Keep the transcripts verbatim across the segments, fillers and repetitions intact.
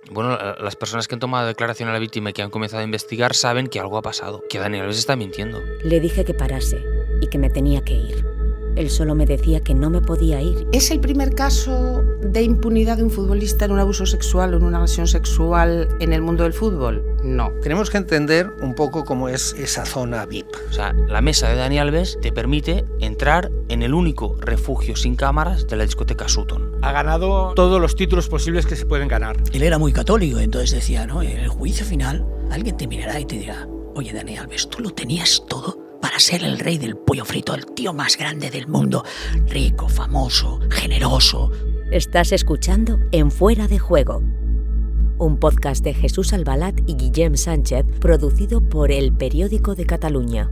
Bueno, las personas que han tomado declaración a la víctima y que han comenzado a investigar saben que algo ha pasado, que Dani Alves está mintiendo. Le dije que parase y que me tenía que ir. Él solo me decía que no me podía ir. ¿Es el primer caso de impunidad de un futbolista en un abuso sexual o en una agresión sexual en el mundo del fútbol? No. Tenemos que entender un poco cómo es esa zona V I P. O sea, la mesa de Dani Alves te permite entrar en el único refugio sin cámaras de la discoteca Sutton. Ha ganado todos los títulos posibles que se pueden ganar. Él era muy católico, entonces decía, ¿no? En el juicio final, alguien te mirará y te dirá, oye, Dani Alves, tú lo tenías todo para ser el rey del pollo frito, el tío más grande del mundo, rico, famoso, generoso. Estás escuchando En Fuera de Juego, un podcast de Jesús Albalat y Guillem Sánchez, producido por El Periódico de Cataluña.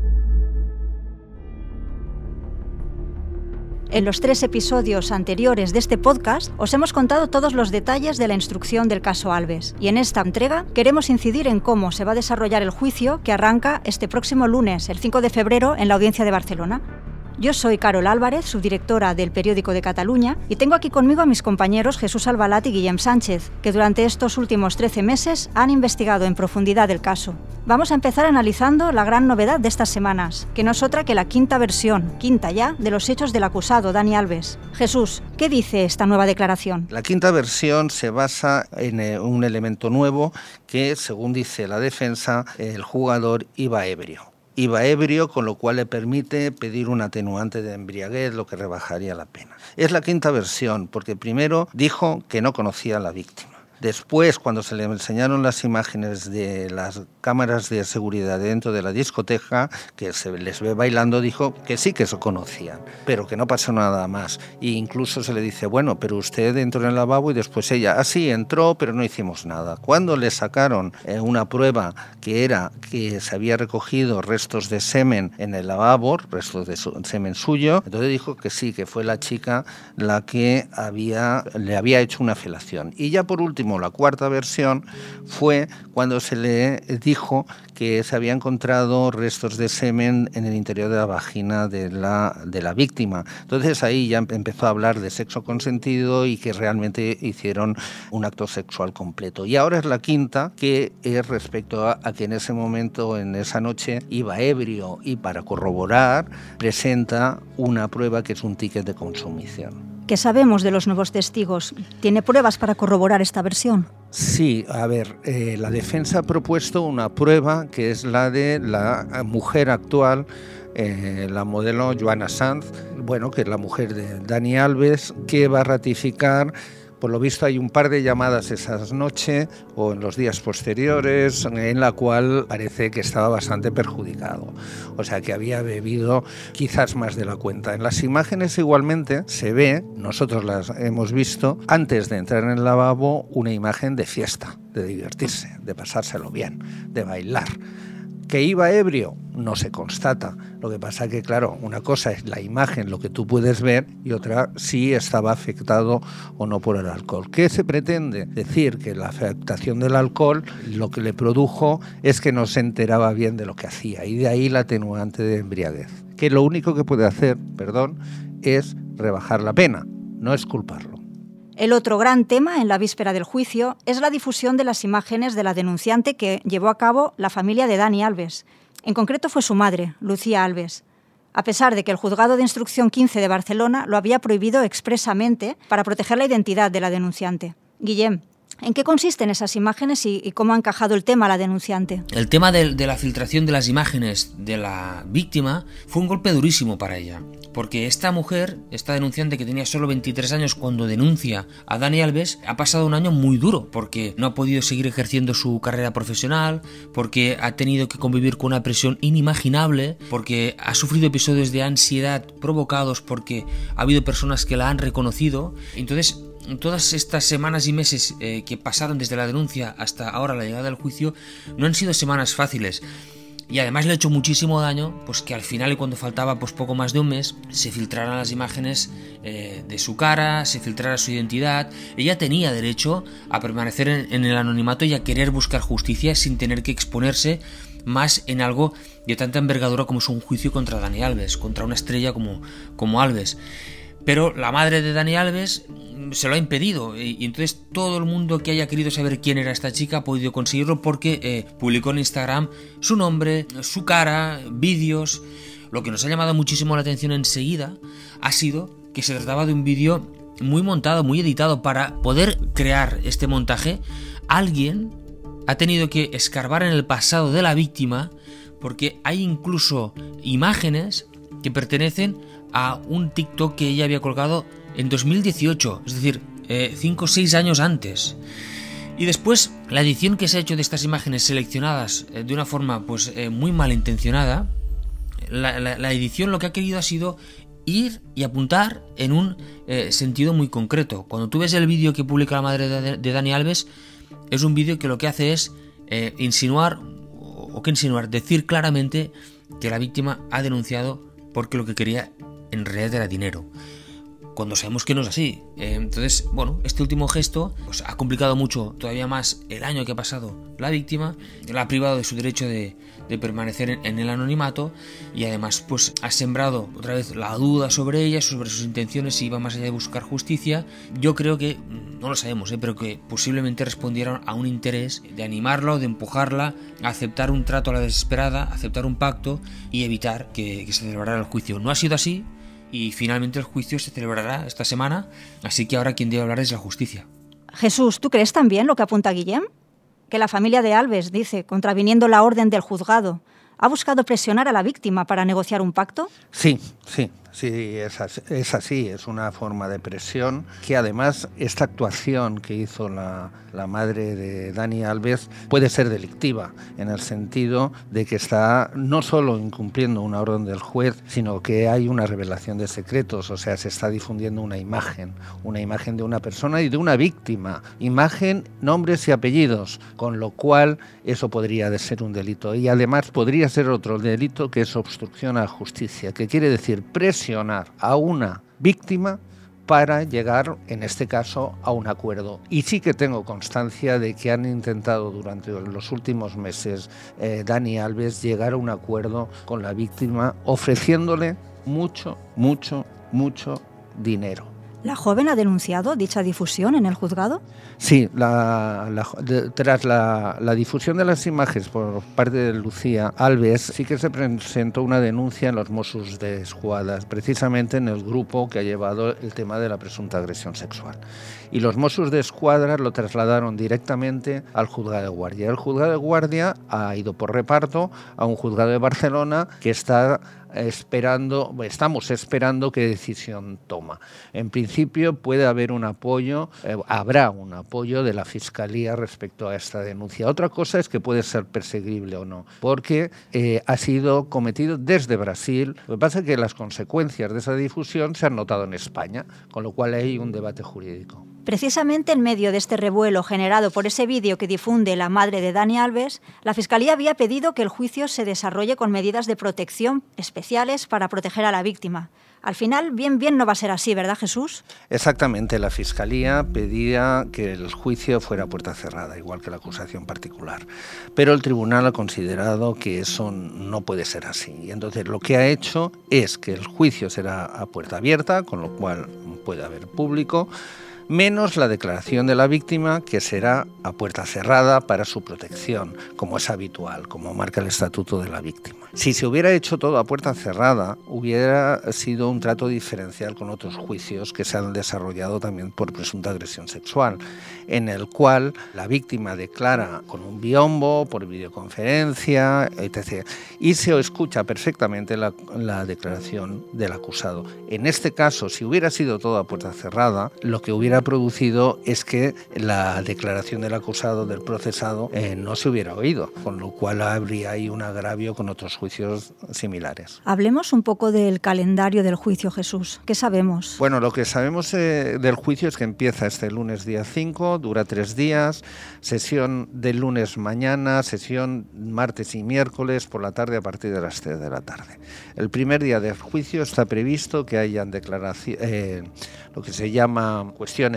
En los tres episodios anteriores de este podcast os hemos contado todos los detalles de la instrucción del caso Alves y en esta entrega queremos incidir en cómo se va a desarrollar el juicio que arranca este próximo lunes, el cinco de febrero, en la Audiencia de Barcelona. Yo soy Carol Álvarez, subdirectora del Periódico de Cataluña, y tengo aquí conmigo a mis compañeros Jesús Albalat y Guillem Sánchez, que durante estos últimos trece meses han investigado en profundidad el caso. Vamos a empezar analizando la gran novedad de estas semanas, que no es otra que la quinta versión, quinta ya, de los hechos del acusado, Dani Alves. Jesús, ¿qué dice esta nueva declaración? La quinta versión se basa en un elemento nuevo que, según dice la defensa, el jugador iba ebrio. Iba ebrio, con lo cual le permite pedir un atenuante de embriaguez, lo que rebajaría la pena. Es la quinta versión, porque primero dijo que no conocía a la víctima. Después, cuando se le enseñaron las imágenes de las cámaras de seguridad dentro de la discoteca, que se les ve bailando, dijo que sí que se conocían, pero que no pasó nada más. E incluso se le dice, bueno, pero usted entró en el lavabo y después ella, ah, sí, entró, pero no hicimos nada. Cuando le sacaron eh, una prueba que era que se había recogido restos de semen en el lavabo, restos de su, semen suyo, entonces dijo que sí, que fue la chica la que había, le había hecho una felación. Y ya por último, la cuarta versión fue cuando se le dijo que se había encontrado restos de semen en el interior de la vagina de la, de la víctima. Entonces ahí ya empezó a hablar de sexo consentido y que realmente hicieron un acto sexual completo. Y ahora es la quinta, que es respecto a, a que en ese momento, en esa noche, iba ebrio y para corroborar presenta una prueba que es un ticket de consumición. ¿Qué sabemos de los nuevos testigos? ¿Tiene pruebas para corroborar esta versión? Sí, a ver, eh, la defensa ha propuesto una prueba que es la de la mujer actual, eh, la modelo Joana Sanz, bueno, que es la mujer de Dani Alves, que va a ratificar. Por lo visto hay un par de llamadas esa noche o en los días posteriores en la cual parece que estaba bastante perjudicado. O sea que había bebido quizás más de la cuenta. En las imágenes igualmente se ve, nosotros las hemos visto, antes de entrar en el lavabo, una imagen de fiesta, de divertirse, de pasárselo bien, de bailar. ¿Que iba ebrio? No se constata. Lo que pasa que, claro, una cosa es la imagen, lo que tú puedes ver, y otra si estaba afectado o no por el alcohol. ¿Qué se pretende? Decir que la afectación del alcohol lo que le produjo es que no se enteraba bien de lo que hacía, y de ahí la atenuante de embriaguez. Que lo único que puede hacer, perdón, es rebajar la pena, no es culparlo. El otro gran tema en la víspera del juicio es la difusión de las imágenes de la denunciante que llevó a cabo la familia de Dani Alves. En concreto fue su madre, Lucía Alves. A pesar de que el Juzgado de Instrucción quince de Barcelona lo había prohibido expresamente para proteger la identidad de la denunciante. Guillem, ¿en qué consisten esas imágenes y, y cómo ha encajado el tema a la denunciante? El tema de, de la filtración de las imágenes de la víctima fue un golpe durísimo para ella, porque esta mujer, esta denunciante que tenía solo veintitrés años cuando denuncia a Dani Alves, ha pasado un año muy duro, porque no ha podido seguir ejerciendo su carrera profesional, porque ha tenido que convivir con una presión inimaginable, porque ha sufrido episodios de ansiedad provocados porque ha habido personas que la han reconocido. Entonces, todas estas semanas y meses eh, que pasaron desde la denuncia hasta ahora la llegada del juicio no han sido semanas fáciles. Y además le ha hecho muchísimo daño pues que al final, y cuando faltaba pues poco más de un mes, se filtraran las imágenes eh, de su cara, se filtrara su identidad. Ella tenía derecho a permanecer en, en el anonimato y a querer buscar justicia sin tener que exponerse más en algo de tanta envergadura como es un juicio contra Dani Alves, contra una estrella como, como Alves. pero la madre de Dani Alves se lo ha impedido, y entonces todo el mundo que haya querido saber quién era esta chica ha podido conseguirlo porque eh, publicó en Instagram su nombre, su cara, vídeos. Lo que nos ha llamado muchísimo la atención enseguida ha sido que se trataba de un vídeo muy montado, muy editado. Para poder crear este montaje, alguien ha tenido que escarbar en el pasado de la víctima, porque hay incluso imágenes que pertenecen a un TikTok que ella había colgado en dos mil dieciocho, es decir, cinco o seis años antes. Y después, la edición que se ha hecho de estas imágenes seleccionadas eh, de una forma pues eh, muy malintencionada, la, la, la edición lo que ha querido ha sido ir y apuntar en un eh, sentido muy concreto. Cuando tú ves el vídeo que publica la madre de, de Dani Alves, es un vídeo que lo que hace es eh, insinuar, o que insinuar, decir claramente que la víctima ha denunciado porque lo que quería en realidad era dinero, cuando sabemos que no es así. Eh, entonces, bueno, este último gesto pues, ha complicado mucho todavía más el año que ha pasado la víctima, la ha privado de su derecho de, de permanecer en, en el anonimato, y además pues ha sembrado otra vez la duda sobre ella, sobre sus intenciones, si iba más allá de buscar justicia. Yo creo que, no lo sabemos, eh, pero que posiblemente respondieron a un interés de animarla, de empujarla a aceptar un trato a la desesperada, aceptar un pacto y evitar que, que se celebrara el juicio. No ha sido así, y finalmente el juicio se celebrará esta semana, así que ahora quien debe hablar es la justicia. Jesús, ¿tú crees también lo que apunta Guillem? Que la familia de Alves, dice, contraviniendo la orden del juzgado, ¿ha buscado presionar a la víctima para negociar un pacto? Sí, sí. Sí, es así, es así, es una forma de presión que además esta actuación que hizo la, la madre de Dani Alves puede ser delictiva, en el sentido de que está no solo incumpliendo una orden del juez, sino que hay una revelación de secretos, o sea, se está difundiendo una imagen, una imagen de una persona y de una víctima, imagen, nombres y apellidos, con lo cual eso podría de ser un delito, y además podría ser otro delito, que es obstrucción a la justicia, que quiere decir presión a una víctima para llegar, en este caso, a un acuerdo. Y sí que tengo constancia de que han intentado durante los últimos meses eh, Dani Alves llegar a un acuerdo con la víctima, ofreciéndole mucho, mucho, mucho dinero. ¿La joven ha denunciado dicha difusión en el juzgado? Sí, la, la, de, tras la, la difusión de las imágenes por parte de Lucía Alves, sí que se presentó una denuncia en los Mossos d'Esquadra, precisamente en el grupo que ha llevado el tema de la presunta agresión sexual. Y los Mossos d'Esquadra lo trasladaron directamente al juzgado de guardia. El juzgado de guardia ha ido por reparto a un juzgado de Barcelona que está esperando, estamos esperando qué decisión toma. En principio puede haber un apoyo, eh, habrá un apoyo de la Fiscalía respecto a esta denuncia. Otra cosa es que puede ser perseguible o no, porque eh, ha sido cometido desde Brasil. Lo que pasa es que las consecuencias de esa difusión se han notado en España, con lo cual hay un debate jurídico. Precisamente en medio de este revuelo generado por ese vídeo que difunde la madre de Dani Alves, la Fiscalía había pedido que el juicio se desarrolle con medidas de protección especiales para proteger a la víctima. Al final, bien, bien no va a ser así, ¿verdad, Jesús? Exactamente, la Fiscalía pedía que el juicio fuera a puerta cerrada, igual que la acusación particular. Pero el tribunal ha considerado que eso no puede ser así. Y entonces lo que ha hecho es que el juicio será a puerta abierta, con lo cual puede haber público, menos la declaración de la víctima, que será a puerta cerrada para su protección, como es habitual, como marca el Estatuto de la Víctima. Si se hubiera hecho todo a puerta cerrada, hubiera sido un trato diferencial con otros juicios que se han desarrollado también por presunta agresión sexual, en el cual la víctima declara con un biombo, por videoconferencia, etcétera, y se escucha perfectamente la, la declaración del acusado. En este caso, si hubiera sido todo a puerta cerrada, lo que hubiera producido es que la declaración del acusado, del procesado, eh, no se hubiera oído, con lo cual habría ahí un agravio con otros juicios similares. Hablemos un poco del calendario del juicio, Jesús. ¿Qué sabemos? Bueno, lo que sabemos eh, del juicio es que empieza este lunes día cinco, dura tres días, sesión del lunes mañana, sesión martes y miércoles por la tarde a partir de las tres de la tarde. El primer día del juicio está previsto que hayan declaraciones, eh, lo que se llama cuestiones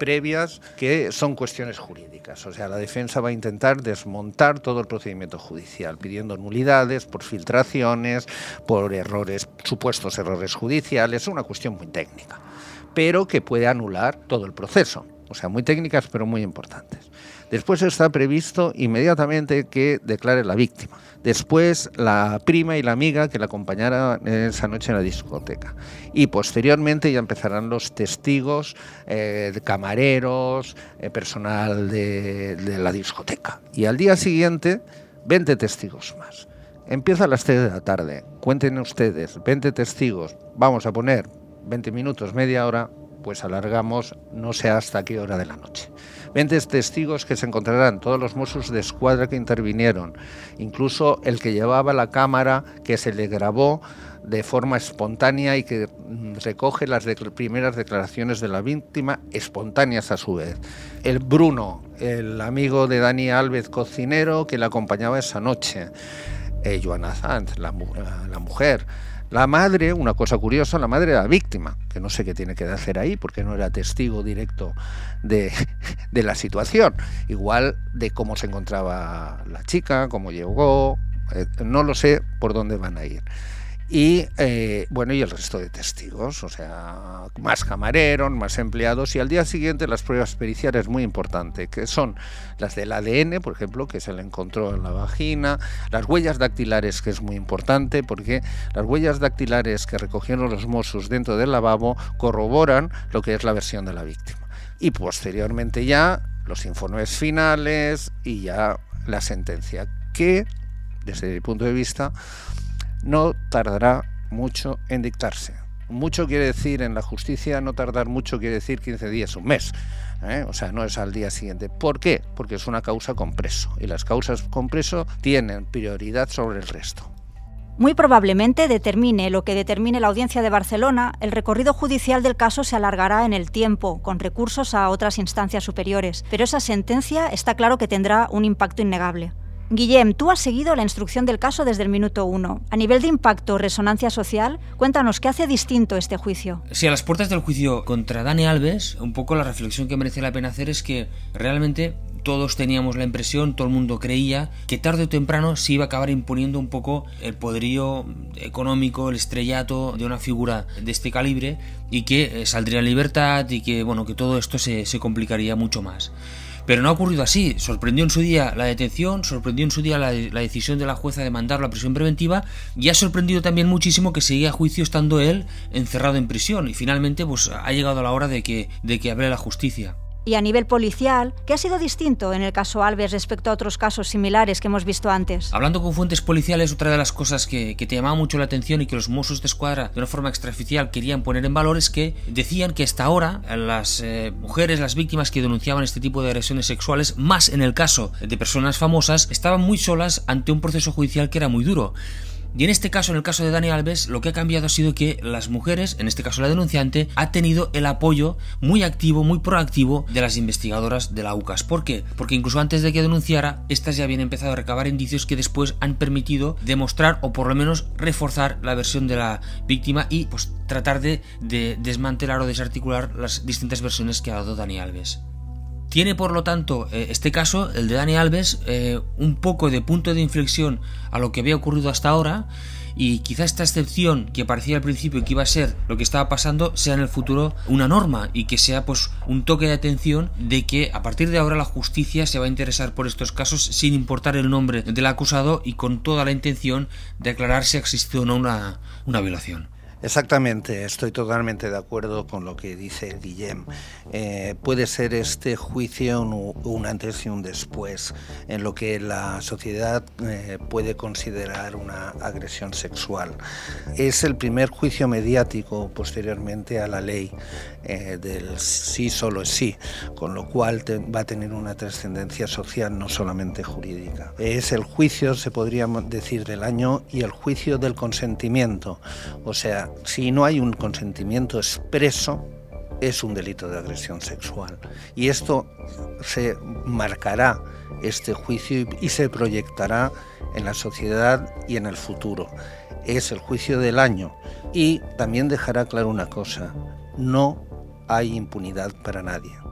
previas que son cuestiones jurídicas. O sea, la defensa va a intentar desmontar todo el procedimiento judicial, pidiendo nulidades por filtraciones, por errores, supuestos errores judiciales, es una cuestión muy técnica, pero que puede anular todo el proceso. O sea, muy técnicas, pero muy importantes. Después está previsto inmediatamente que declare la víctima. Después la prima y la amiga que la acompañaran esa noche en la discoteca. Y posteriormente ya empezarán los testigos, eh, camareros, eh, personal de, de la discoteca. Y al día siguiente, veinte testigos más. Empieza a las tres de la tarde. Cuenten ustedes, veinte testigos. Vamos a poner veinte minutos, media hora, pues alargamos no sé hasta qué hora de la noche. veinte testigos que se encontrarán, todos los Mossos de Escuadra que intervinieron, incluso el que llevaba la cámara que se le grabó de forma espontánea y que recoge las de- primeras declaraciones de la víctima, espontáneas a su vez. El Bruno, el amigo de Dani Alves, cocinero, que le acompañaba esa noche. Eh, Joana Sanz, la, mu- la mujer. La madre, una cosa curiosa, la madre de la víctima, que no sé qué tiene que hacer ahí, porque no era testigo directo de, de la situación. Igual de cómo se encontraba la chica, cómo llegó, eh, no lo sé por dónde van a ir. Y eh, bueno, y el resto de testigos, o sea, más camareros, más empleados, y al día siguiente las pruebas periciales muy importantes, que son las del A D N, por ejemplo, que se le encontró en la vagina, las huellas dactilares, que es muy importante, porque las huellas dactilares que recogieron los Mossos dentro del lavabo corroboran lo que es la versión de la víctima. Y posteriormente ya los informes finales y ya la sentencia, que desde mi punto de vista no tardará mucho en dictarse. Mucho quiere decir en la justicia, no tardar mucho quiere decir quince días, un mes. ¿eh? O sea, no es al día siguiente. ¿Por qué? Porque es una causa con preso. Y las causas con preso tienen prioridad sobre el resto. Muy probablemente determine lo que determine la Audiencia de Barcelona, el recorrido judicial del caso se alargará en el tiempo, con recursos a otras instancias superiores. Pero esa sentencia está claro que tendrá un impacto innegable. Guillem, tú has seguido la instrucción del caso desde el minuto uno. A nivel de impacto o resonancia social, cuéntanos qué hace distinto este juicio. Sí, a las puertas del juicio contra Dani Alves, un poco la reflexión que merece la pena hacer es que realmente todos teníamos la impresión, todo el mundo creía que tarde o temprano se iba a acabar imponiendo un poco el poderío económico, el estrellato de una figura de este calibre y que saldría en libertad y que, bueno, que todo esto se, se complicaría mucho más. Pero no ha ocurrido así. Sorprendió en su día la detención, sorprendió en su día la, la decisión de la jueza de mandarlo a prisión preventiva y ha sorprendido también muchísimo que seguía a juicio estando él encerrado en prisión y finalmente pues ha llegado la hora de que, de que hable la justicia. Y a nivel policial, ¿qué ha sido distinto en el caso Alves respecto a otros casos similares que hemos visto antes? Hablando con fuentes policiales, otra de las cosas que, que te llamaba mucho la atención y que los Mossos de Escuadra de una forma extraoficial querían poner en valor es que decían que hasta ahora las eh, mujeres, las víctimas que denunciaban este tipo de agresiones sexuales, más en el caso de personas famosas, estaban muy solas ante un proceso judicial que era muy duro. Y en este caso, en el caso de Dani Alves, lo que ha cambiado ha sido que las mujeres, en este caso la denunciante, ha tenido el apoyo muy activo, muy proactivo de las investigadoras de la UCAS. ¿Por qué? Porque incluso antes de que denunciara, estas ya habían empezado a recabar indicios que después han permitido demostrar o por lo menos reforzar la versión de la víctima y pues tratar de, de desmantelar o desarticular las distintas versiones que ha dado Dani Alves. Tiene, por lo tanto, este caso, el de Dani Alves, eh, un poco de punto de inflexión a lo que había ocurrido hasta ahora y quizá esta excepción que parecía al principio que iba a ser lo que estaba pasando sea en el futuro una norma y que sea pues un toque de atención de que a partir de ahora la justicia se va a interesar por estos casos sin importar el nombre del acusado y con toda la intención de aclarar si ha existido o no una, una violación. Exactamente, estoy totalmente de acuerdo con lo que dice Guillem. Eh, puede ser este juicio un, un antes y un después en lo que la sociedad eh, puede considerar una agresión sexual. Es el primer juicio mediático posteriormente a la ley eh, del sí solo es sí, con lo cual te, va a tener una trascendencia social, no solamente jurídica. Es el juicio, se podría decir, del año y el juicio del consentimiento, o sea, si no hay un consentimiento expreso, es un delito de agresión sexual. Y esto se marcará, este juicio, y se proyectará en la sociedad y en el futuro. Es el juicio del año. Y también dejará claro una cosa, no hay impunidad para nadie.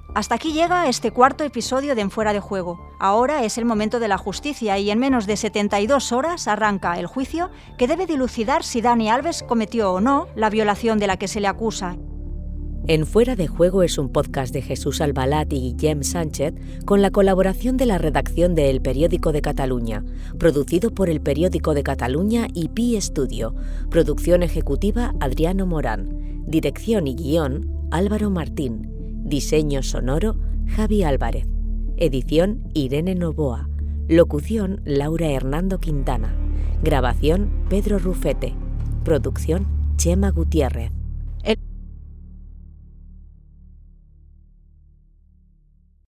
Hasta aquí llega este cuarto episodio de En Fuera de Juego. Ahora es el momento de la justicia y en menos de setenta y dos horas arranca el juicio que debe dilucidar si Dani Alves cometió o no la violación de la que se le acusa. En Fuera de Juego es un podcast de Jesús Albalat y Guillem Sánchez con la colaboración de la redacción de El Periódico de Cataluña, producido por El Periódico de Cataluña y Pi Studio. Producción ejecutiva Adriano Morán. Dirección y guión Álvaro Martín. Diseño sonoro Javi Álvarez. Edición Irene Novoa. Locución Laura Hernando Quintana. Grabación Pedro Rufete. Producción Chema Gutiérrez.